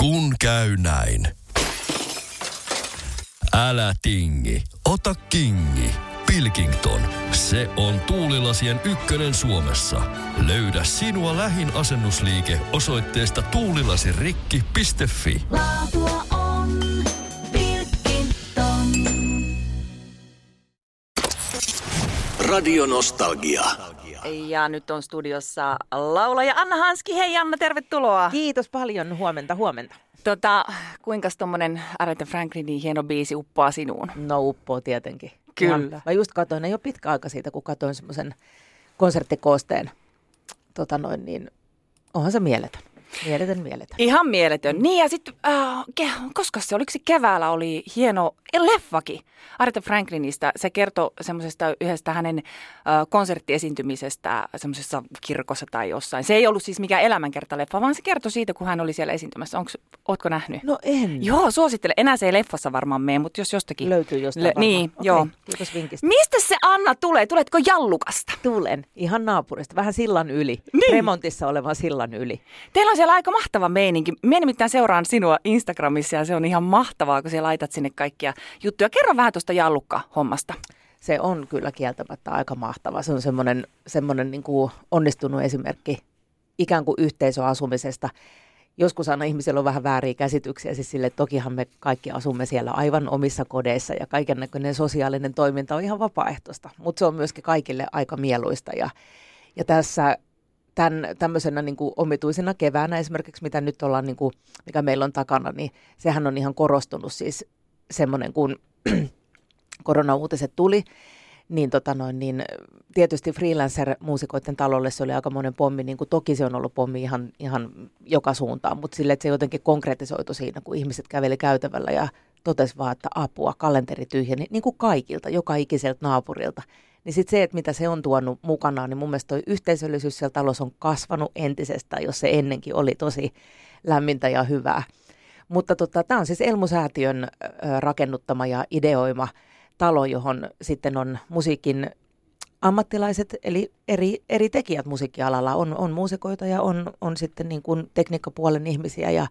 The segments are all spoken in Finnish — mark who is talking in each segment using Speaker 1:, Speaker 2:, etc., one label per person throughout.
Speaker 1: Kun käy näin. Älä tingi, ota kingi. Pilkington, se on tuulilasien ykkönen Suomessa. Löydä sinua lähin asennusliike osoitteesta tuulilasirikki.fi.
Speaker 2: Laatua on Pilkington.
Speaker 1: Radio Nostalgia.
Speaker 3: Ja nyt on studiossa laulaja Anna Hanski. Hei Anna, tervetuloa.
Speaker 4: Kiitos paljon, huomenta.
Speaker 3: Kuinka tommonen Aretha Franklinin hieno biisi uppoaa sinuun?
Speaker 4: No uppoo tietenkin.
Speaker 3: Kyllä.
Speaker 4: Mä just katsoin, ei ole pitkä aika siitä, kun katsoin semmoisen konserttikoosteen. Niin onhan se mieletön. Mieletön.
Speaker 3: Ihan mieletön. Niin ja sitten, koska se, oliko se keväällä, oli hieno leffakin Aretha Franklinista. Se kertoi semmoisesta yhdestä hänen konserttiesiintymisestä semmoisessa kirkossa tai jossain. Se ei ollut siis mikään elämänkertaleffa, vaan se kertoi siitä, kun hän oli siellä esiintymässä. Ootko nähnyt?
Speaker 4: No en.
Speaker 3: Joo, suosittelen. Enää se ei leffassa varmaan mene, mutta jos jostakin.
Speaker 4: Löytyy jostain varmaan.
Speaker 3: Niin,
Speaker 4: okei,
Speaker 3: joo.
Speaker 4: Kiitos vinkistä.
Speaker 3: Mistä se Anna tulee? Tuletko Jallukasta?
Speaker 4: Tulen. Ihan naapurista. Vähän sillan yli.
Speaker 3: Niin.
Speaker 4: Remontissa olevan sillan yli.
Speaker 3: Teillä on siellä aika mahtava meininki. Minä nimittäin seuraan sinua Instagramissa ja se on ihan mahtavaa, kun siellä laitat sinne kaikkia juttuja. Kerro vähän tuosta Jallukka-hommasta.
Speaker 4: Se on kyllä kieltämättä aika mahtava. Se on semmoinen niin kuin onnistunut esimerkki ikään kuin yhteisöasumisesta. Joskus aina ihmisillä on vähän vääriä käsityksiä, siis sille, että tokihan me kaikki asumme siellä aivan omissa kodeissa ja kaikennäköinen sosiaalinen toiminta on ihan vapaaehtoista, mutta se on myöskin kaikille aika mieluista ja tässä tämmöisenä niin kuin omituisena keväänä esimerkiksi, mitä nyt ollaan, niin kuin, mikä meillä on takana, niin sehän on ihan korostunut siis semmoinen, kun koronauutiset tuli, niin, niin tietysti freelancer-muusikoiden talolle se oli aika monen pommi, niin kuin toki se on ollut pommi ihan joka suuntaan, mutta sille, että se jotenkin konkretisoitu siinä, kun ihmiset käveli käytävällä ja totesi vaan, että apua, kalenteri tyhjeni, niin kuin kaikilta, joka ikiseltä naapurilta. Niin sitten se, että mitä se on tuonut mukanaan, niin mun mielestä toi yhteisöllisyys siellä talossa on kasvanut entisestään, jos se ennenkin oli tosi lämmintä ja hyvää. Mutta tämä on siis Elmu-säätiön rakennuttama ja ideoima talo, johon sitten on musiikin ammattilaiset, eli eri tekijät musiikkialalla. On muusikoita ja on sitten niin kuin tekniikkapuolen ihmisiä ja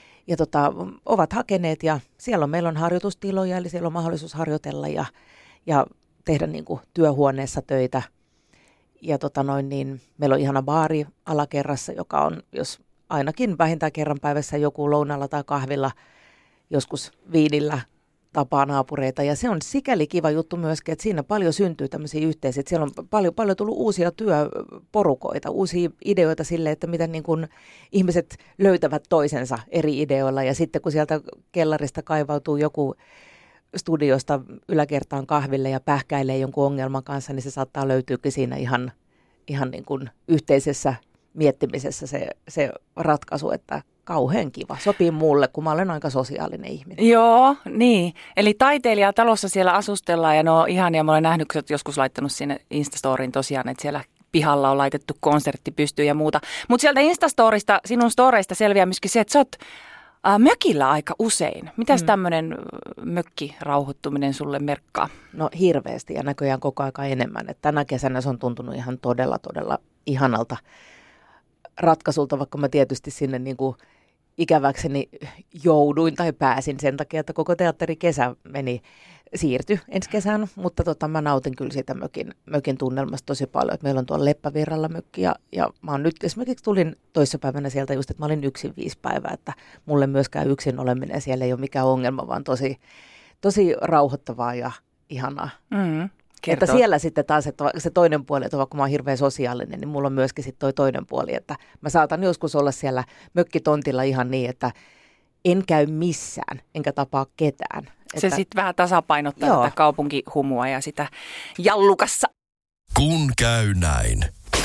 Speaker 4: ovat hakeneet ja meillä on harjoitustiloja, eli siellä on mahdollisuus harjoitella ja tehdä niin kuin työhuoneessa töitä. Ja niin meillä on ihana baari alakerrassa, joka on, jos ainakin vähintään kerran päivässä joku lounalla tai kahvilla, joskus viinillä tapaa naapureita. Ja se on sikäli kiva juttu myöskin, että siinä paljon syntyy tämmöisiä yhteisiä. Siellä on paljon tullut uusia työporukoita, uusia ideoita sille, että miten niin kuin ihmiset löytävät toisensa eri ideoilla. Ja sitten kun sieltä kellarista kaivautuu joku studiosta yläkertaan kahville ja pähkäilee jonkun ongelman kanssa, niin se saattaa löytyykin siinä ihan niin kuin yhteisessä miettimisessä se ratkaisu, että kauhean kiva. Sopii mulle, kun mä olen aika sosiaalinen ihminen.
Speaker 3: Joo, niin. Eli taiteilijaa talossa siellä asustellaan ja no ihania. Mä olen nähnyt, kun sä oot joskus laittanut sinne Instastoriin tosiaan, että siellä pihalla on laitettu konsertti pystyyn ja muuta. Mutta sieltä Instastorista, sinun storeista selviää myöskin se, että sä oot mökillä aika usein. Mitäs tämmöinen mökkirauhoittuminen sulle merkkaa?
Speaker 4: No hirveästi ja näköjään koko aika enemmän. Et tänä kesänä se on tuntunut ihan todella ihanalta ratkaisulta, vaikka mä tietysti sinne niin kuin ikäväkseni jouduin tai pääsin sen takia, että koko teatterikesä siirtyi ensi kesään, mutta mä nautin kyllä siitä mökin tunnelmasta tosi paljon, että meillä on tuolla Leppävirralla mökki ja mä oon nyt esimerkiksi tulin toissapäivänä sieltä just, että mä olin yksin 5 päivää, että mulle myöskään yksin oleminen siellä ei ole mikään ongelma, vaan tosi rauhoittavaa ja ihanaa. Että siellä sitten taas, että se toinen puoli, että vaikka mä oon hirveän sosiaalinen, niin mulla on myöskin sitten toi toinen puoli, että mä saatan joskus olla siellä mökkitontilla ihan niin, että en käy missään, enkä tapaa ketään.
Speaker 3: Se sitten vähän tasapainottaa tätä kaupunkihumua ja sitä Jallukassa.
Speaker 1: Kun käy näin.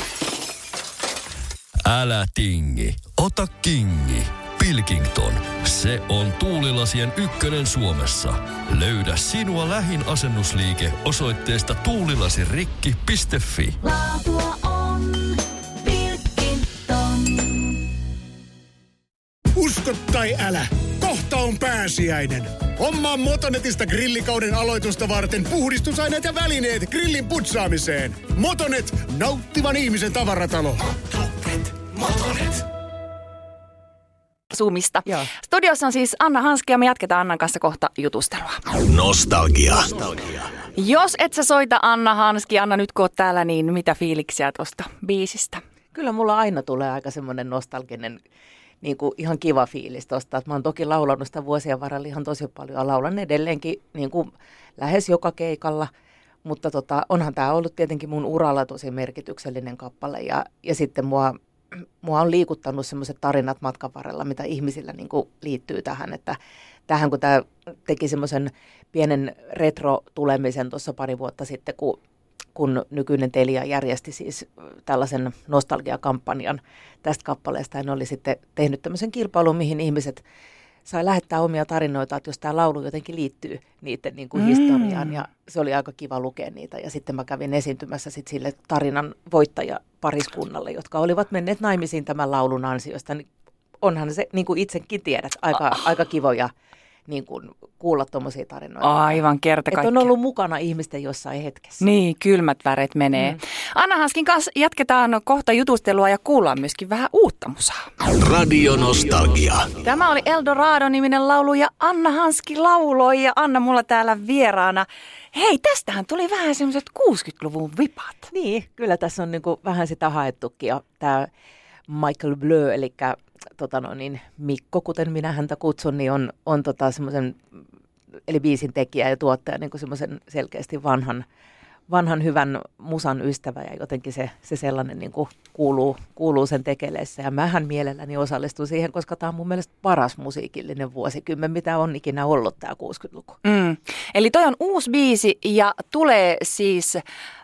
Speaker 1: Älä tingi, ota kingi. Pilkington, se on tuulilasien ykkönen Suomessa. Löydä sinua lähin asennusliike osoitteesta tuulilasirikki.fi.
Speaker 2: Laatua on Pilkington.
Speaker 5: Usko tai älä, kohta on pääsiäinen. Hommaa Motonetista grillikauden aloitusta varten puhdistusaineet ja välineet grillin putsaamiseen. Motonet, nauttivan ihmisen tavaratalo. Motonet.
Speaker 3: asumista.
Speaker 4: Joo.
Speaker 3: Studiossa on siis Anna Hanski ja me jatketaan Annan kanssa kohta jutustelua.
Speaker 5: Nostalgia.
Speaker 3: Jos et sä soita Anna Hanski, Anna nyt kun oot täällä, niin mitä fiiliksiä tuosta biisistä?
Speaker 4: Kyllä mulla aina tulee aika semmoinen nostalginen, niin kuin ihan kiva fiilis tosta. Mä oon toki laulanut sitä vuosien varrella ihan tosi paljon ja laulan edelleenkin niin kuin lähes joka keikalla. Mutta onhan tämä ollut tietenkin mun uralla tosi merkityksellinen kappale ja sitten mua on liikuttanut semmoiset tarinat matkan varrella, mitä ihmisillä niin kuin liittyy tähän, että tähän kun tämä teki semmoisen pienen retro-tulemisen tuossa pari vuotta sitten, kun nykyinen Telia järjesti siis tällaisen nostalgiakampanjan tästä kappaleesta, ja ne oli sitten tehnyt tämmöisen kilpailun, mihin ihmiset sai lähettää omia tarinoita, että jos tämä laulu jotenkin liittyy niiden niin kuin historiaan, ja se oli aika kiva lukea niitä. Ja sitten mä kävin esiintymässä sit sille tarinan voittajapariskunnalle, jotka olivat menneet naimisiin tämän laulun ansiosta. Niin onhan se, niin kuin itsekin tiedät, aika kivoja niin kuin kuulla tuommoisia tarinoita.
Speaker 3: Aivan kerta kaikkiaan.
Speaker 4: Että on ollut mukana ihmisten jossain hetkessä.
Speaker 3: Niin, kylmät väret menee. Anna Hanskin kanssa jatketaan kohta jutustelua ja kuullaan myöskin vähän uutta musaa.
Speaker 5: Radio Nostalgia.
Speaker 3: Tämä oli Eldorado-niminen laulu ja Anna Hanski lauloi ja Anna mulla täällä vieraana. Hei, tästähän tuli vähän semmoiset 60-luvun vipat.
Speaker 4: Niin, kyllä tässä on niinku vähän sitä haettukin. Ja tämä Michael Bleu, eli Mikko, kuten minä häntä kutsun, niin on semmoisen, eli biisin tekijä ja tuottaja, niin kuin semmoisen selkeästi vanhan hyvän musan ystävä ja jotenkin se sellainen niin kuin kuuluu sen tekeleessä. Ja mähän mielelläni osallistun siihen, koska tämä on mun mielestä paras musiikillinen vuosikymmen, mitä on ikinä ollut tämä 60-luku.
Speaker 3: Eli toi on uusi biisi ja tulee siis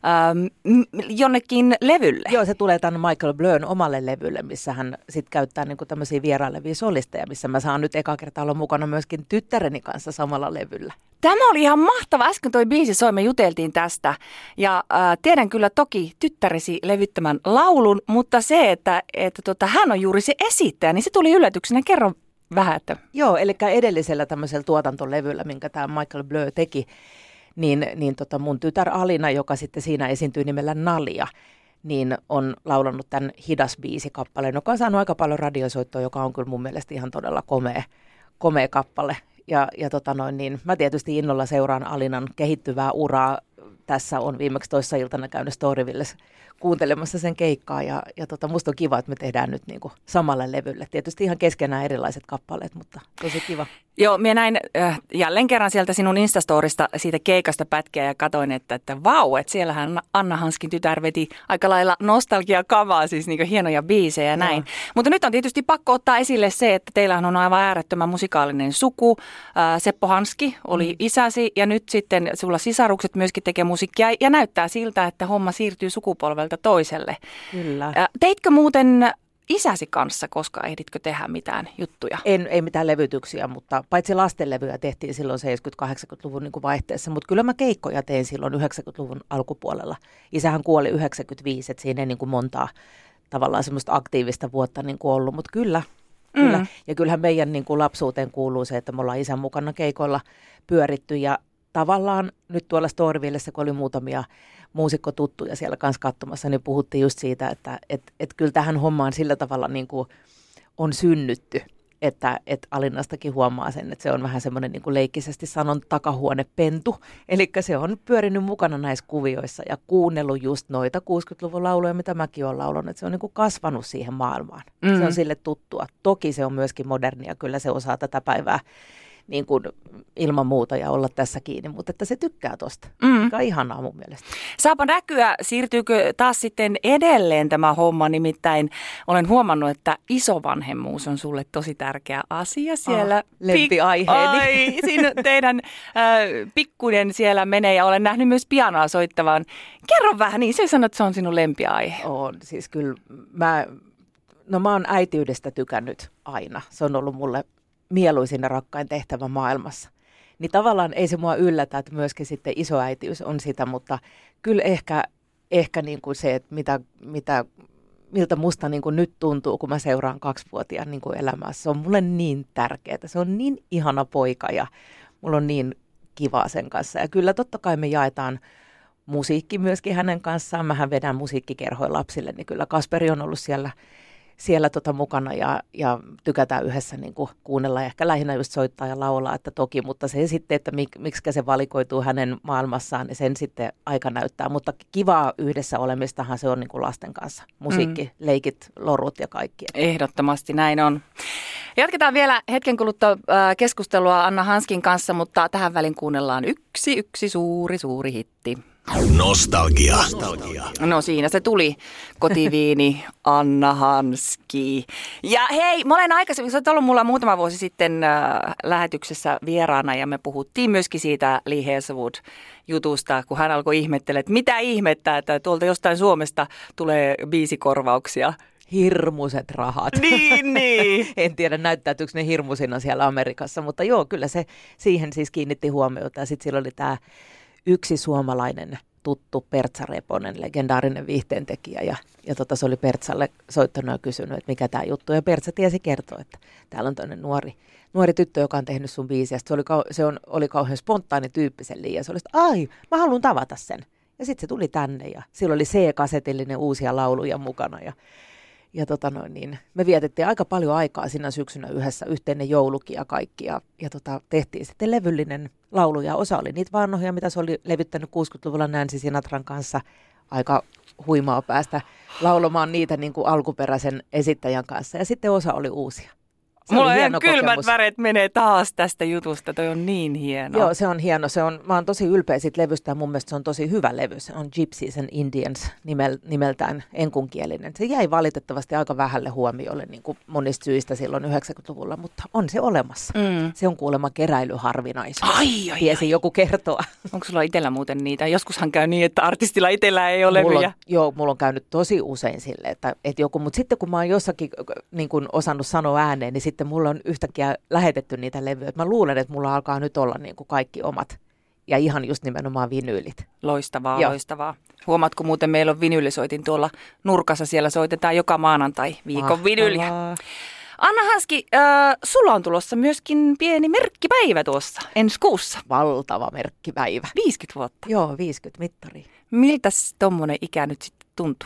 Speaker 3: jonnekin levylle.
Speaker 4: Joo, se tulee tämän Michael Bleun omalle levylle, missä hän sitten käyttää niinku tämmöisiä vierailevia solisteja, missä mä saan nyt eka kertaa olla mukana myöskin tyttäreni kanssa samalla levyllä.
Speaker 3: Tämä oli ihan mahtava. Äsken toi biisi soi, me juteltiin tästä. Ja tiedän kyllä toki tyttäresi levyttämän laulun, mutta se, että hän on juuri se esittäjä, niin se tuli yllätyksenä. Kerro vähän, että...
Speaker 4: Joo, eli edellisellä tämmöisellä tuotantolevyllä, minkä tämä Michael Bleu teki, niin mun tytär Alina, joka sitten siinä esiintyy nimellä Nalia, niin on laulanut tämän Hidas biisi-kappaleen, joka on saanut aika paljon radiosoittoa, joka on kyllä mun mielestä ihan todella komea kappale. Ja niin mä tietysti innolla seuraan Alinan kehittyvää uraa. Tässä on viimeksi toissa iltana käynyt Storyvillessä kuuntelemassa sen keikkaa ja musta on kiva, että me tehdään nyt niinku samalle levylle. Tietysti ihan keskenään erilaiset kappaleet, mutta tosi kiva.
Speaker 3: Joo, minä näin jälleen kerran sieltä sinun Instastorista siitä keikasta pätkiä ja katoin, että vau, että siellähän Anna Hanskin tytär veti aika lailla nostalgiakavaa, siis niinku hienoja biisejä ja näin. Mutta nyt on tietysti pakko ottaa esille se, että teillähän on aivan äärettömän musikaalinen suku. Seppo Hanski oli isäsi ja nyt sitten sulla sisarukset myöskin tekee musiikkia ja näyttää siltä, että homma siirtyy sukupolvelta toiselle. Kyllä. Teitkö muuten isäsi kanssa, koska ehditkö tehdä mitään juttuja?
Speaker 4: Ei mitään levytyksiä, mutta paitsi lastenlevyjä tehtiin silloin 70-80-luvun niin kuin vaihteessa, mutta kyllä mä keikkoja tein silloin 90-luvun alkupuolella. Isähän kuoli 95, että siinä ei niin kuin montaa tavallaan semmoista aktiivista vuotta niin kuin ollut, mutta kyllä. Ja kyllähän meidän niin kuin lapsuuteen kuuluu se, että me ollaan isän mukana keikoilla pyöritty ja tavallaan nyt tuolla Storyvillessä, kun oli muutamia muusikkotuttuja siellä kanssa katsomassa, niin puhuttiin just siitä, että kyllä tähän hommaan sillä tavalla niin kuin on synnytty, että Alinastakin huomaa sen, että se on vähän semmoinen niin kuin leikkisesti sanon takahuonepentu. Eli se on pyörinyt mukana näissä kuvioissa ja kuunnellut just noita 60-luvun lauluja, mitä mäkin olen laulanut. Että se on niin kuin kasvanut siihen maailmaan. Se on sille tuttua. Toki se on myöskin modernia, kyllä se osaa tätä päivää niin kuin ilman muuta ja olla tässä kiinni, mutta että se tykkää tosta. Mikä on ihanaa mun mielestä.
Speaker 3: Saapa näkyä, siirtyykö taas sitten edelleen tämä homma, nimittäin olen huomannut, että isovanhemmuus on sulle tosi tärkeä asia siellä.
Speaker 4: Lempiaiheeni.
Speaker 3: Siinä teidän pikkuinen siellä menee ja olen nähnyt myös pianoa soittavan. Kerro vähän, niin se sanot, että se on sinun lempiaihe.
Speaker 4: On, siis kyllä mä oon äitiydestä tykännyt aina. Se on ollut mulle mieluisin ja rakkain tehtävä maailmassa. Niin tavallaan ei se mua yllätä, että myöskin sitten isoäitiys on sitä, mutta kyllä ehkä niin kuin se, että miltä musta niin kuin nyt tuntuu, kun mä seuraan 2-vuotiaan niin kuin elämää. Se on mulle niin tärkeää. Se on niin ihana poika ja mulla on niin kivaa sen kanssa. Ja kyllä totta kai me jaetaan musiikki myöskin hänen kanssaan. Mähän vedän musiikkikerhoja lapsille, niin kyllä Kasperi on ollut siellä siellä mukana ja tykätään yhdessä niin kuin kuunnella ja ehkä lähinnä just soittaa ja laulaa, että toki, mutta se sitten, että miksi se valikoituu hänen maailmassaan, niin sen sitten aika näyttää, mutta kivaa yhdessä olemistahan se on niin kuin lasten kanssa, musiikki, leikit, lorut ja kaikki.
Speaker 3: Ehdottomasti näin on. Jatketaan vielä hetken kuluttua keskustelua Anna Hanskin kanssa, mutta tähän väliin kuunnellaan yksi suuri hitti.
Speaker 5: Nostalgia.
Speaker 3: No siinä se tuli, kotiviini, Anna Hanski. Ja hei, mä olen aikaisemmin, sä oot ollut mulla muutama vuosi sitten lähetyksessä vieraana ja me puhuttiin myöskin siitä Lee Hazelwood-jutusta, kun hän alkoi ihmettelemään, että mitä ihmettä, että tuolta jostain Suomesta tulee biisikorvauksia.
Speaker 4: Hirmuiset rahat.
Speaker 3: Niin.
Speaker 4: En tiedä, näyttäytyykö ne hirmuisina siellä Amerikassa, mutta joo, kyllä se siihen siis kiinnitti huomiota. Ja sitten siellä oli tämä yksi suomalainen tuttu Pertsa Reponen, legendaarinen viihteentekijä. Ja se oli Pertsalle soittanut ja kysynyt, että mikä tämä juttu. Ja Pertsa tiesi kertoa, että täällä on toinen nuori tyttö, joka on tehnyt sun biisiä. Se oli kauhean spontaani tyyppisen liian. Se oli, että ai, mä haluan tavata sen. Ja sitten se tuli tänne ja silloin oli C-kasetillinen uusia lauluja mukana ja me vietettiin aika paljon aikaa siinä syksynä yhdessä, yhteinen joulukin ja kaikki. Ja tehtiin sitten levyllinen laulu ja osa oli niitä vanhoja, mitä se oli levyttänyt 60-luvulla Nancy Sinatran kanssa. Aika huimaa päästä laulamaan niitä niin kuin alkuperäisen esittäjän kanssa. Ja sitten osa oli uusia.
Speaker 3: Mulla on ihan kylmät väret menee taas tästä jutusta, toi on niin hieno.
Speaker 4: Joo, se on hieno. Mä oon tosi ylpeä siitä levystä ja mun mielestä se on tosi hyvä levy. Se on Gypsies and Indians nimeltään enkunkielinen. Se jäi valitettavasti aika vähälle huomiolle niin kuin monista syistä silloin 90-luvulla, mutta on se olemassa. Se on kuulemma keräilyharvinaisuus. Tiesi joku kertoa.
Speaker 3: Onko sulla itsellä muuten niitä? Joskushan käy niin, että artistilla itsellä ei ole levyjä.
Speaker 4: Mulla on käynyt tosi usein sille, että joku, mutta sitten kun mä oon jossakin niin kuin osannut sanoa ääneen, niin sitten mulla on yhtäkkiä lähetetty niitä levyjä. Mä luulen, että mulla alkaa nyt olla niin kuin kaikki omat ja ihan just nimenomaan vinyylit.
Speaker 3: Loistavaa. Huomaatko muuten, meillä on vinyylisoitin tuolla nurkassa. Siellä soitetaan joka maanantai viikon vinyyliä. Anna Hanski, sulla on tulossa myöskin pieni merkkipäivä tuossa ensi kuussa.
Speaker 4: Valtava merkkipäivä.
Speaker 3: 50 vuotta.
Speaker 4: Joo, 50 mittari.
Speaker 3: Miltäs tommonen ikä nyt sitten tuntuu?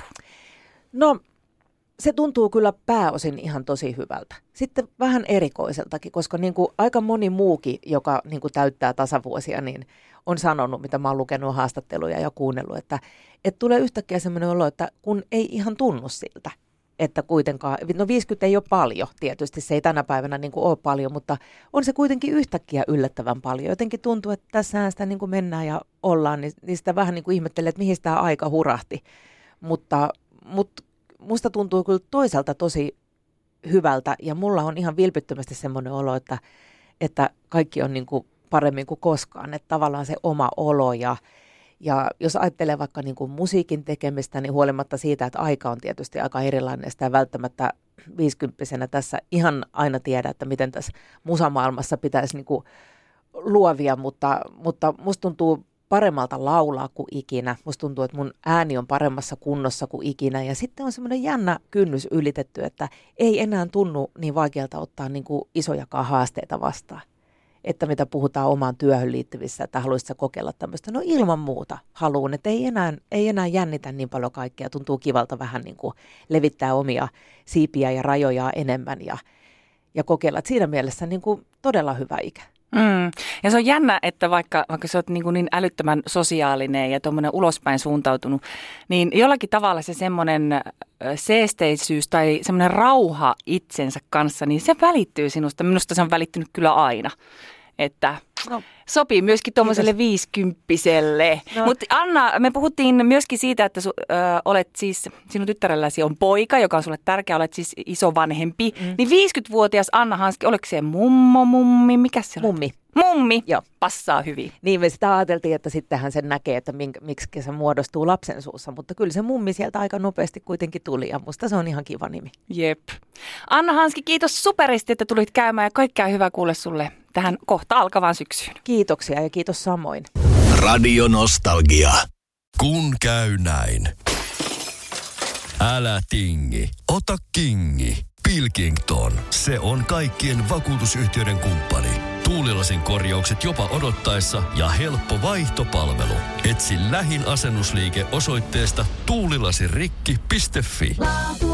Speaker 4: No, se tuntuu kyllä pääosin ihan tosi hyvältä. Sitten vähän erikoiseltakin, koska niin kuin aika moni muukin, joka niin kuin täyttää tasavuosia, niin on sanonut, mitä mä oon lukenut haastatteluja ja kuunnellut, että tulee yhtäkkiä sellainen olo, että kun ei ihan tunnu siltä, että kuitenkaan, no 50 ei ole paljon tietysti, se ei tänä päivänä niin kuin ole paljon, mutta on se kuitenkin yhtäkkiä yllättävän paljon. Jotenkin tuntuu, että tässähän sitä niin kuin mennään ja ollaan, niin sitä vähän niin kuin ihmettelee, että mihin tämä aika hurahti, mutta musta tuntuu kyllä toisaalta tosi hyvältä ja mulla on ihan vilpittömästi semmoinen olo, että kaikki on niin kuin paremmin kuin koskaan. Että tavallaan se oma olo ja jos ajattelee vaikka niin kuin musiikin tekemistä, niin huolimatta siitä, että aika on tietysti aika erilainen. Sitä välttämättä 50-vuotiaana tässä ihan aina tiedä, että miten tässä musamaailmassa pitäisi niin kuin luovia, mutta musta tuntuu paremmalta laulaa kuin ikinä. Musta tuntuu, että mun ääni on paremmassa kunnossa kuin ikinä. Ja sitten on semmoinen jännä kynnys ylitetty, että ei enää tunnu niin vaikealta ottaa niin kuin isojakaan haasteita vastaan. Että mitä puhutaan omaan työhön liittyvissä, että haluaisitko kokeilla tämmöistä. No ilman muuta haluan, että ei enää jännitä niin paljon kaikkea. Tuntuu kivalta vähän niin kuin levittää omia siipiä ja rajoja enemmän ja kokeilla. Et siinä mielessä niin kuin todella hyvä ikä.
Speaker 3: Ja se on jännä, että vaikka sä oot niin älyttömän sosiaalinen ja tuommoinen ulospäin suuntautunut, niin jollakin tavalla se semmoinen seesteisyys tai semmoinen rauha itsensä kanssa, niin se välittyy sinusta. Minusta se on välittynyt kyllä aina, että sopii myöskin tuommoiselle 50-vuotiselle. Mutta Anna, me puhuttiin myöskin siitä, että olet siis, sinun tyttärelläsi on poika, joka on sulle tärkeä, olet siis isovanhempi. Niin 50-vuotias Anna Hanski, oliko se mummi, mikä se on? Mummi, joo. Passaa hyvin.
Speaker 4: Niin me sitä ajateltiin, että sittenhän sen näkee, että miksi se muodostuu lapsen suussa, mutta kyllä se mummi sieltä aika nopeasti kuitenkin tuli ja musta se on ihan kiva nimi.
Speaker 3: Jep. Anna Hanski, kiitos superisti, että tulit käymään ja kaikkea hyvää kuule sulle tähän kohta alkavaan syksyyn.
Speaker 4: Kiitoksia ja kiitos samoin.
Speaker 5: Radio Nostalgia.
Speaker 1: Kun käy näin. Älä tingi, ota kingi. Pilkington, se on kaikkien vakuutusyhtiöiden kumppani. Tuulilasin korjaukset jopa odottaessa ja helppo vaihtopalvelu. Etsi lähin asennusliike osoitteesta tuulilasirikki.fi.
Speaker 2: Laatu